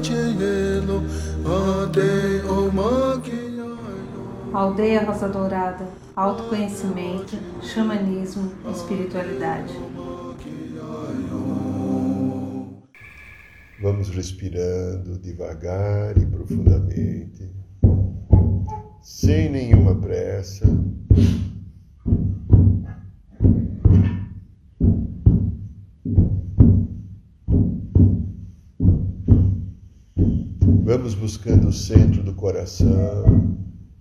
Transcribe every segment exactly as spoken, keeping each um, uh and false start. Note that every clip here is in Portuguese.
Aldeia Rosa Dourada, autoconhecimento, xamanismo, espiritualidade. Vamos respirando devagar e profundamente, sem nenhuma pressa. Vamos buscando o centro do coração.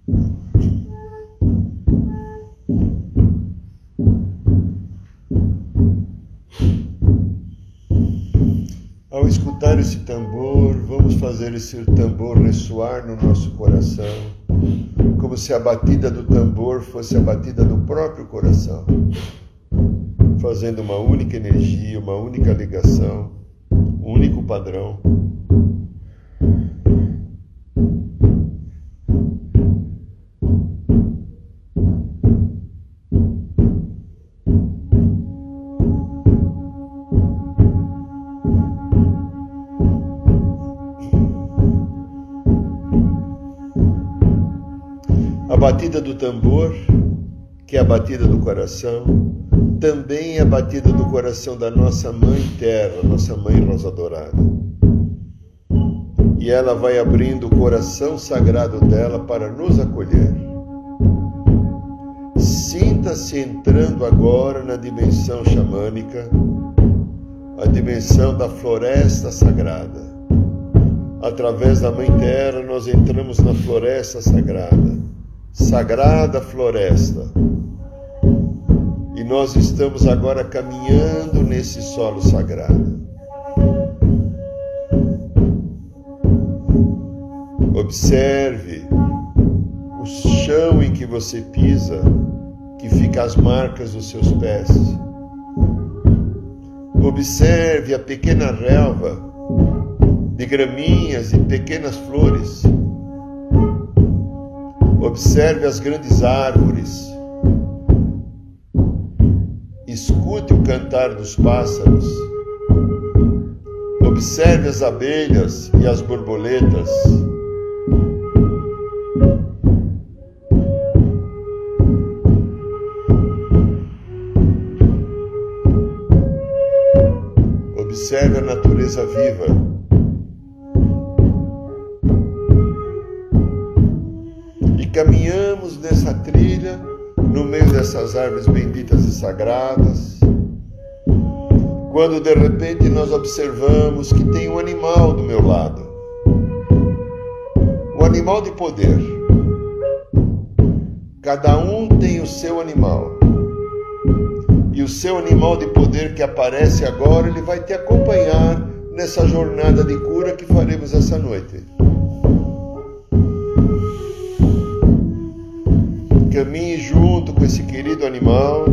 Ao escutar esse tambor, vamos fazer esse tambor ressoar no nosso coração, como se a batida do tambor fosse a batida do próprio coração, fazendo uma única energia, uma única ligação, um único padrão. A batida do tambor, que é a batida do coração, também é a batida do coração da nossa Mãe Terra, nossa Mãe Rosa Dourada. E ela vai abrindo o coração sagrado dela para nos acolher. Sinta-se entrando agora na dimensão xamânica, a dimensão da floresta sagrada. Através da Mãe Terra, nós entramos na floresta sagrada. Sagrada floresta. E nós estamos agora caminhando nesse solo sagrado. Observe o chão em que você pisa, que fica as marcas dos seus pés. Observe a pequena relva de graminhas e pequenas flores. Observe as grandes árvores. Escute o cantar dos pássaros. Observe as abelhas e as borboletas. Observe a natureza viva. Caminhamos nessa trilha, no meio dessas árvores benditas e sagradas, quando de repente nós observamos que tem um animal do meu lado, um animal de poder. Cada um tem o seu animal, e o seu animal de poder que aparece agora, ele vai te acompanhar nessa jornada de cura que faremos essa noite. Caminhe junto com esse querido animal.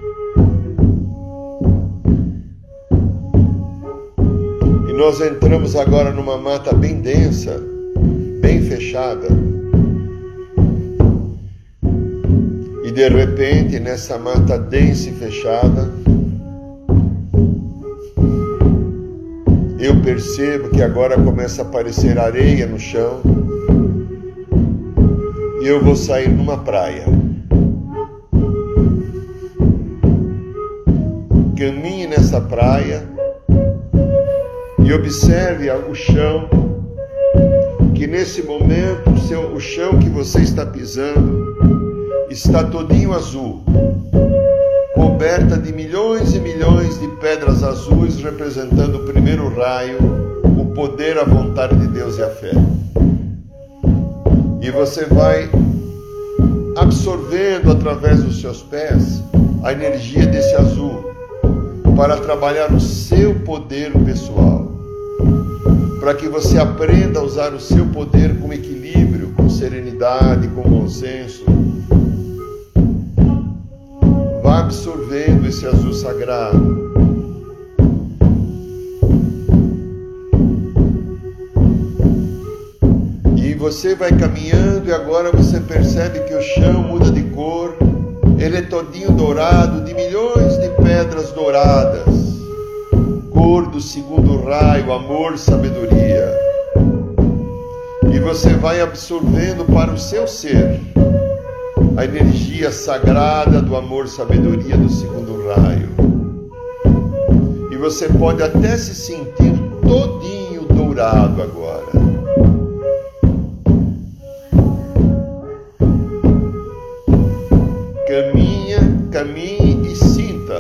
E nós entramos agora numa mata bem densa, bem fechada. E de repente, nessa mata densa e fechada, eu percebo que agora começa a aparecer areia no chão. E eu vou sair numa praia. Caminhe nessa praia e observe o chão, que nesse momento o, seu, o chão que você está pisando está todinho azul, coberta de milhões e milhões de pedras azuis, representando o primeiro raio, o poder, a vontade de Deus e a fé. E você vai absorvendo através dos seus pés a energia desse azul para trabalhar o seu poder pessoal, para que você aprenda a usar o seu poder com equilíbrio, com serenidade, com bom senso. Vá absorvendo esse azul sagrado. Você vai caminhando e agora você percebe que o chão muda de cor. Ele é todinho dourado, de milhões de pedras douradas. Cor do segundo raio, amor, sabedoria. você vai absorvendo para o seu ser a energia sagrada do amor, sabedoria do segundo raio. E você pode até se sentir todinho dourado agora. Caminha, caminhe e sinta.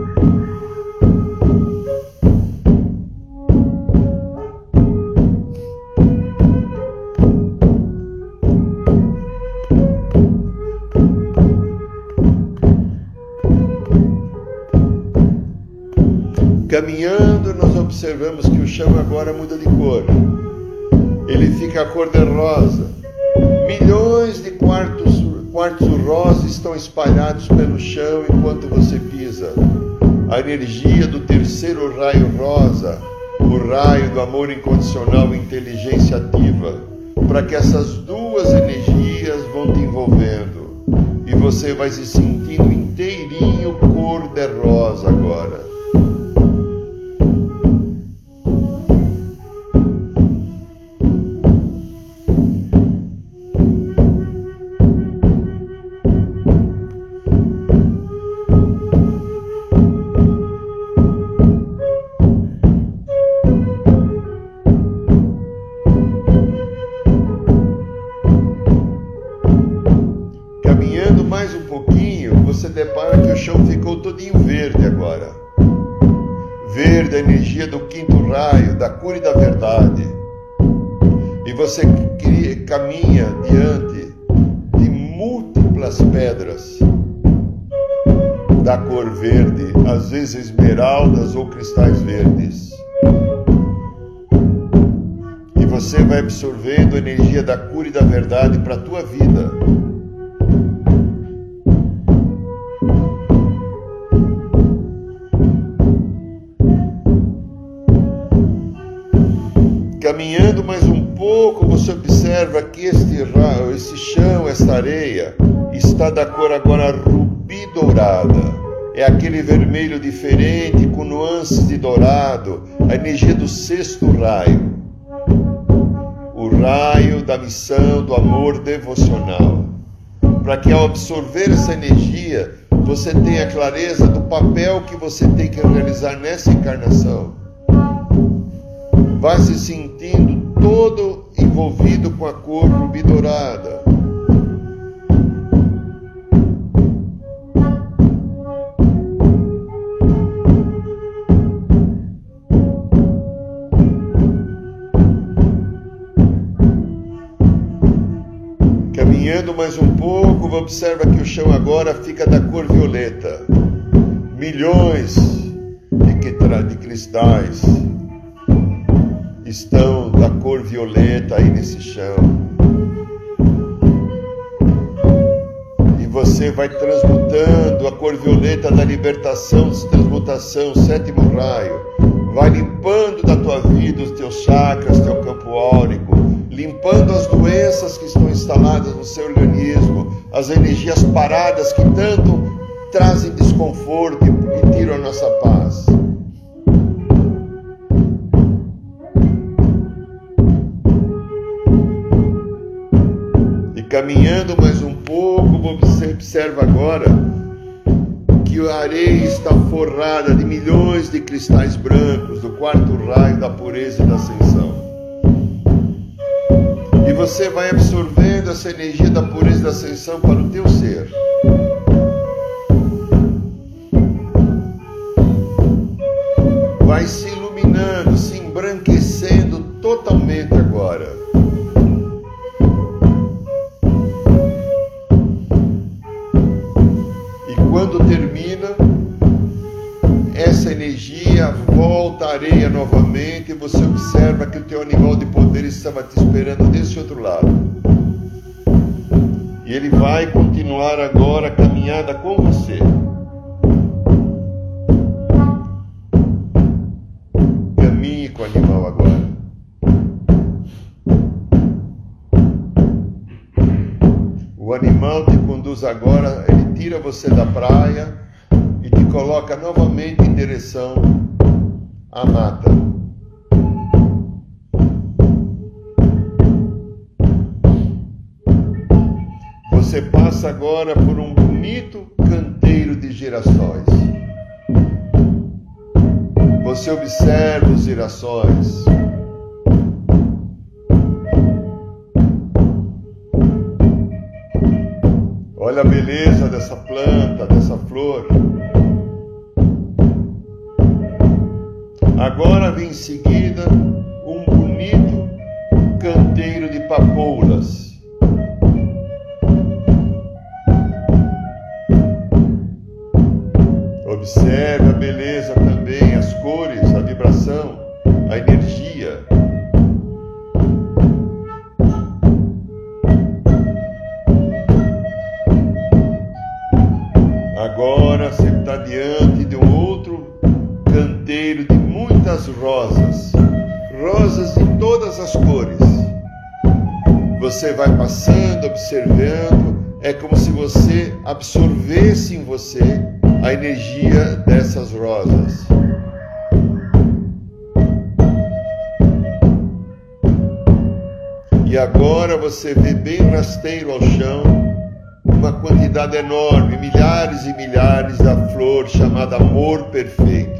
Caminhando, nós observamos que o chão agora muda de cor. Ele fica cor-de-rosa. Milhões de quartos, quartos rosa estão espalhados pelo chão enquanto você pisa. A energia do terceiro raio rosa, o raio do amor incondicional e inteligência ativa, para que essas duas energias vão te envolvendo. E você vai se sentindo inteirinho cor-de-rosa agora. Mais um pouquinho, você depara que o chão ficou todinho verde agora. Verde, a energia do quinto raio, da cura e da verdade. E você caminha diante de múltiplas pedras da cor verde, às vezes esmeraldas ou cristais verdes. E você vai absorvendo a energia da cura e da verdade para a tua vida. Caminhando mais um pouco, você observa que este raio, esse chão, esta areia, está da cor agora rubi dourada. É aquele vermelho diferente, com nuances de dourado, a energia do sexto raio. O raio da missão, do amor devocional. Para que ao absorver essa energia, você tenha clareza do papel que você tem que realizar nessa encarnação. Vai se sentindo todo envolvido com a cor rubi dourada. Caminhando mais um pouco, observa que o chão agora fica da cor violeta. Milhões de cristais estão da cor violeta aí nesse chão. E você vai transmutando a cor violeta da libertação, transmutação, sétimo raio. Vai limpando da tua vida os teus chakras, teu campo áurico, limpando as doenças que estão instaladas no seu organismo, as energias paradas que tanto trazem desconforto e tiram a nossa paz. Caminhando mais um pouco, você observa agora que a areia está forrada de milhões de cristais brancos do quarto raio da pureza e da ascensão. E você vai absorvendo essa energia da pureza e da ascensão para o teu ser. Vai se iluminando, se embranquecendo totalmente agora. Quando termina, essa energia volta à areia novamente e você observa que o teu animal de poder estava te esperando desse outro lado. E ele vai continuar agora a caminhada com você. Caminhe com o animal agora. O animal te conduz agora, ele tira você da praia e te coloca novamente em direção à mata. você passa agora por um bonito canteiro de girassóis. Você observa os girassóis. Olha a beleza dessa planta, dessa flor. Agora vem em seguida um bonito canteiro de papoulas. Observe a beleza também, as cores, a vibração, a energia. Agora você está diante de um outro canteiro de muitas rosas, rosas de todas as cores. Você vai passando, observando, é como se você absorvesse em você a energia dessas rosas. E agora você vê bem rasteiro ao chão uma quantidade enorme, milhares e milhares da flor chamada amor perfeito.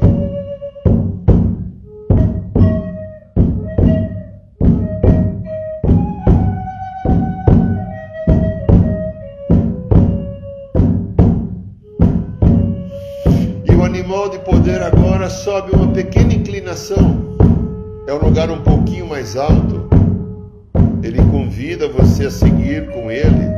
E o animal de poder agora sobe uma pequena inclinação. É um lugar um pouquinho mais alto. Ele convida você a seguir com ele.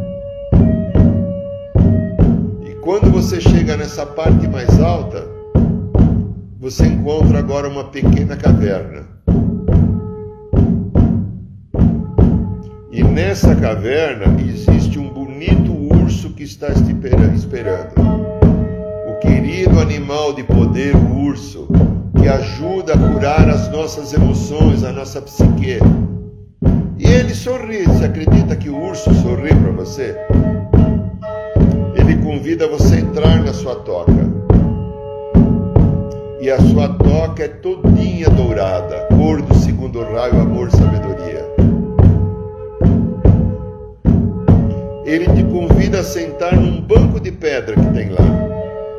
Quando você chega nessa parte mais alta, você encontra agora uma pequena caverna. E nessa caverna existe um bonito urso que está esperando. O querido animal de poder, o urso, que ajuda a curar as nossas emoções, a nossa psique. E ele sorri. Você acredita que o urso sorri para você? Ele convida você a entrar na sua toca. E a sua toca é todinha dourada, cor do segundo raio, amor, sabedoria. Ele te convida a sentar num banco de pedra que tem lá.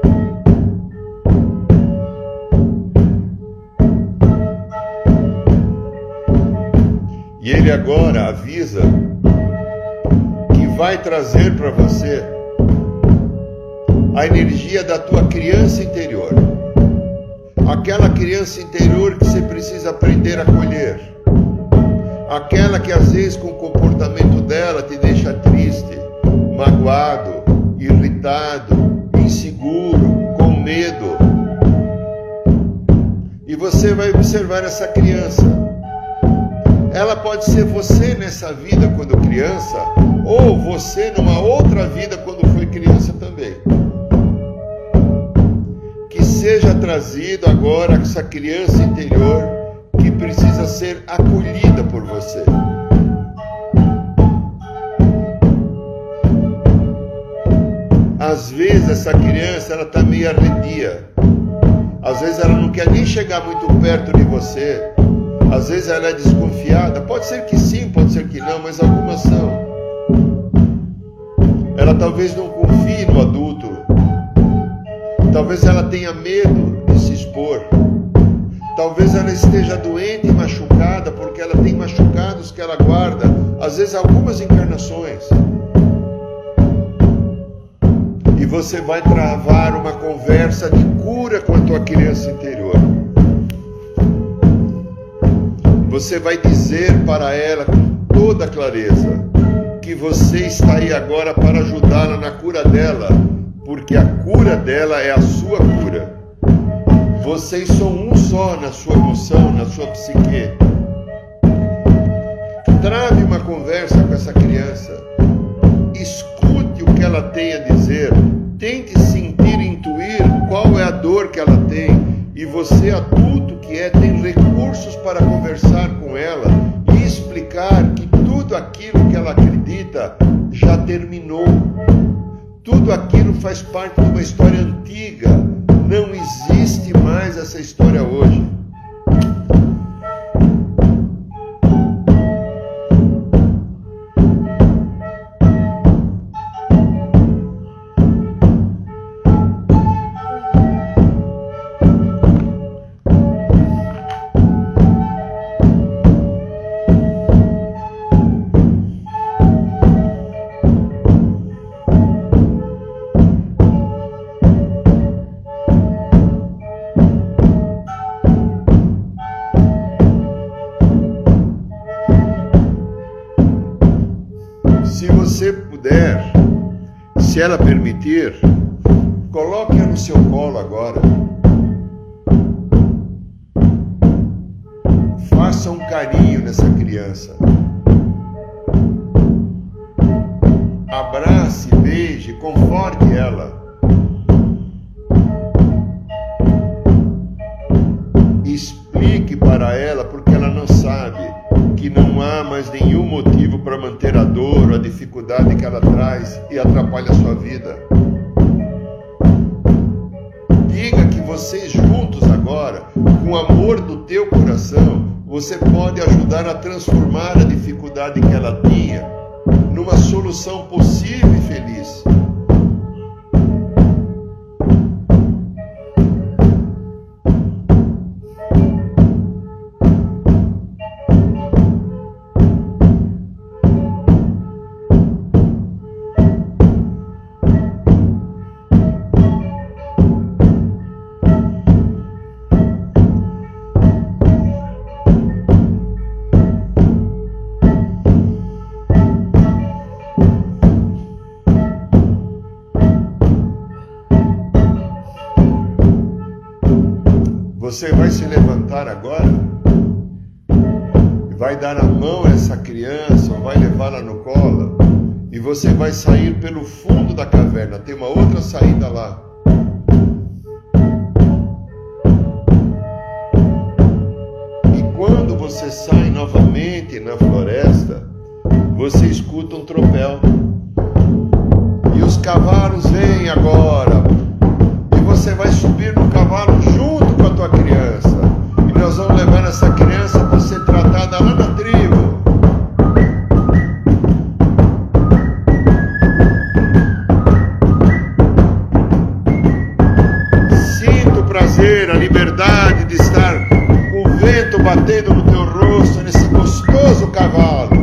E ele agora avisa que vai trazer para você a energia da tua criança interior. Aquela criança interior que você precisa aprender a acolher. Aquela que às vezes com o comportamento dela te deixa triste, magoado, irritado, inseguro, com medo. E você vai observar essa criança. Ela pode ser você nessa vida quando criança, ou você numa outra vida quando foi criança também. Que seja trazido agora essa criança interior que precisa ser acolhida por você. Às vezes essa criança ela está meio arredia. Às vezes ela não quer nem chegar muito perto de você. Às vezes ela é desconfiada. Pode ser que sim, pode ser que não, mas algumas são. Ela talvez não confie no adulto. Talvez ela tenha medo de se expor. Talvez ela esteja doente e machucada porque ela tem machucados que ela guarda. Às vezes algumas encarnações. E você vai travar uma conversa de cura com a tua criança interior. Você vai dizer para ela com toda clareza que você está aí agora para ajudá-la na cura dela, porque a cura dela é a sua cura. Vocês são um só na sua emoção, na sua psique. Trave uma conversa com essa criança. Escute o que ela tem a dizer. Tente sentir e intuir qual é a dor que ela tem. E você, adulto que é, tem recursos para conversar com ela e explicar que tudo aquilo que ela acredita já terminou. Tudo aquilo faz parte de uma história antiga. Não existe mais essa história hoje. se ela permitir, coloque-a no seu colo agora. Faça um carinho nessa criança. Abrace, beije, conforte ela. Explique para ela, porque ela não sabe, que não há mais nenhum motivo para manter a dor ou a dificuldade que ela traz e atrapalha a sua vida. Diga que vocês juntos agora, com o amor do teu coração, você pode ajudar a transformar a dificuldade que ela tinha numa solução possível e feliz. Você vai se levantar agora e vai dar a mão a essa criança, ou vai levá-la no colo, e você vai sair pelo fundo da caverna. Tem uma outra saída lá. E quando você sai novamente na floresta, você escuta um tropel. E os cavalos vêm agora. E você vai subir no cavalo junto com a tua criança. E nós vamos levar essa criança para ser tratada lá na tribo. Sinta o prazer, a liberdade de estar com o vento batendo no teu rosto, nesse gostoso cavalo.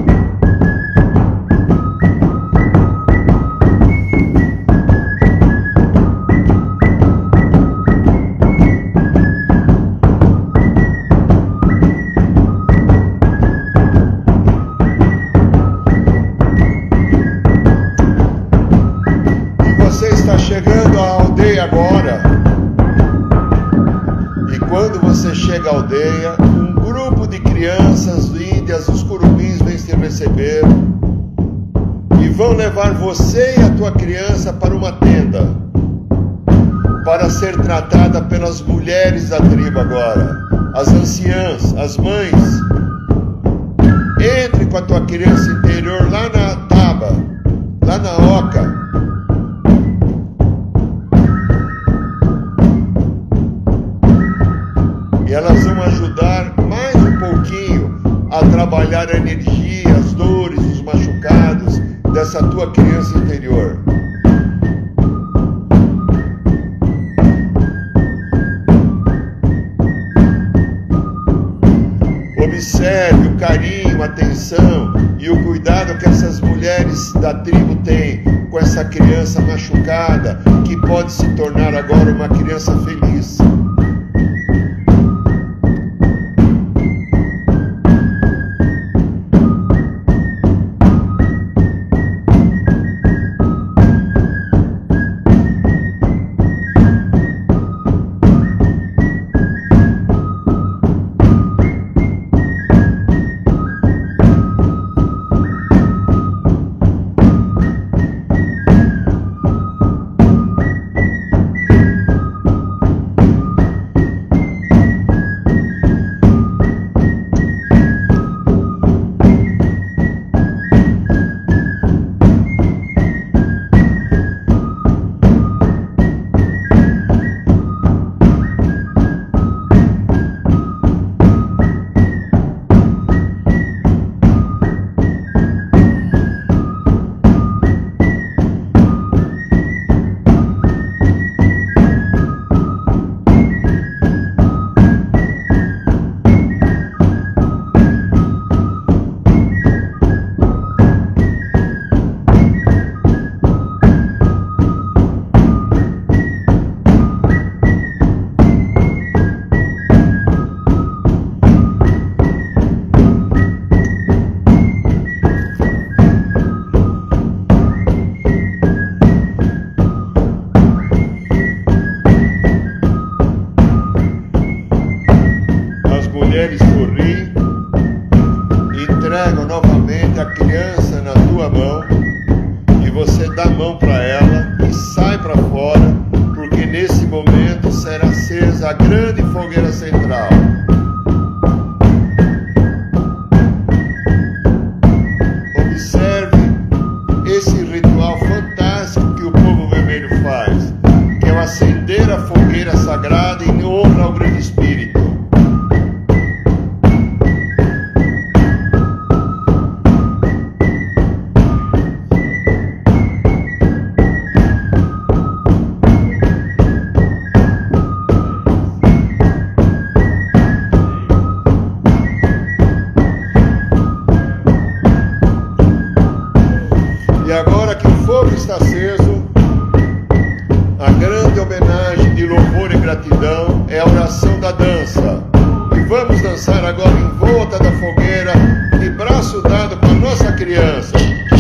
Chegando à aldeia agora, e quando você chega à aldeia, um grupo de crianças índias, os curumins, vêm te receber e vão levar você e a tua criança para uma tenda para ser tratada pelas mulheres da tribo agora, as anciãs, as mães. Entre com a tua criança interior lá na taba, lá na oca. E elas vão ajudar mais um pouquinho a trabalhar a energia, as dores, os machucados dessa tua criança interior. Observe o carinho, a atenção e o cuidado que essas mulheres da tribo têm com essa criança machucada, que pode se tornar agora uma criança feliz. mulheres sorriem, entregam novamente a criança na tua mão e você dá a mão para ela e sai para fora, porque nesse momento será acesa a grande fogueira central. Observe esse ritual fantástico que o povo vermelho faz, que é o acender a fogueira sagrada em honra ao grande espírito. E agora que o fogo está aceso, a grande homenagem de louvor e gratidão é a oração da dança. E vamos dançar agora em volta da fogueira, de braço dado com a nossa criança.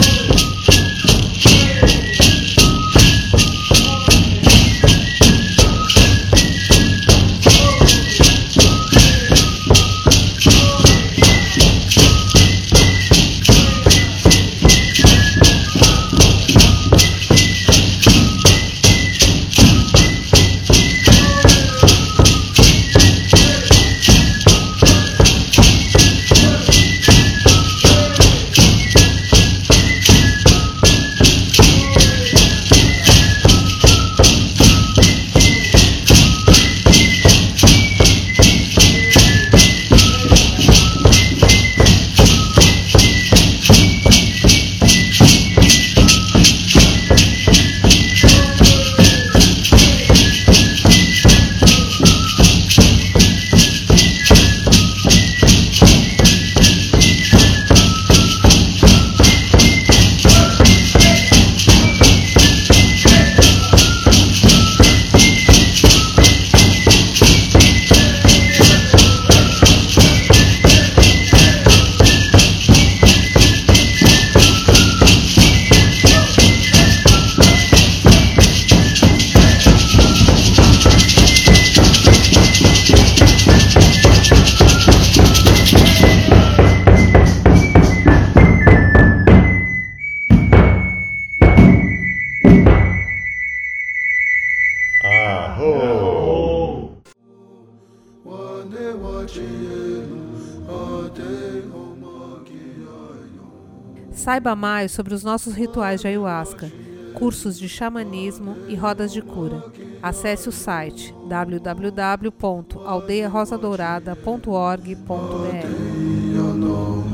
Saiba mais sobre os nossos rituais de ayahuasca, cursos de xamanismo e rodas de cura. Acesse o site w w w ponto aldeia rosa dourada ponto org ponto b r.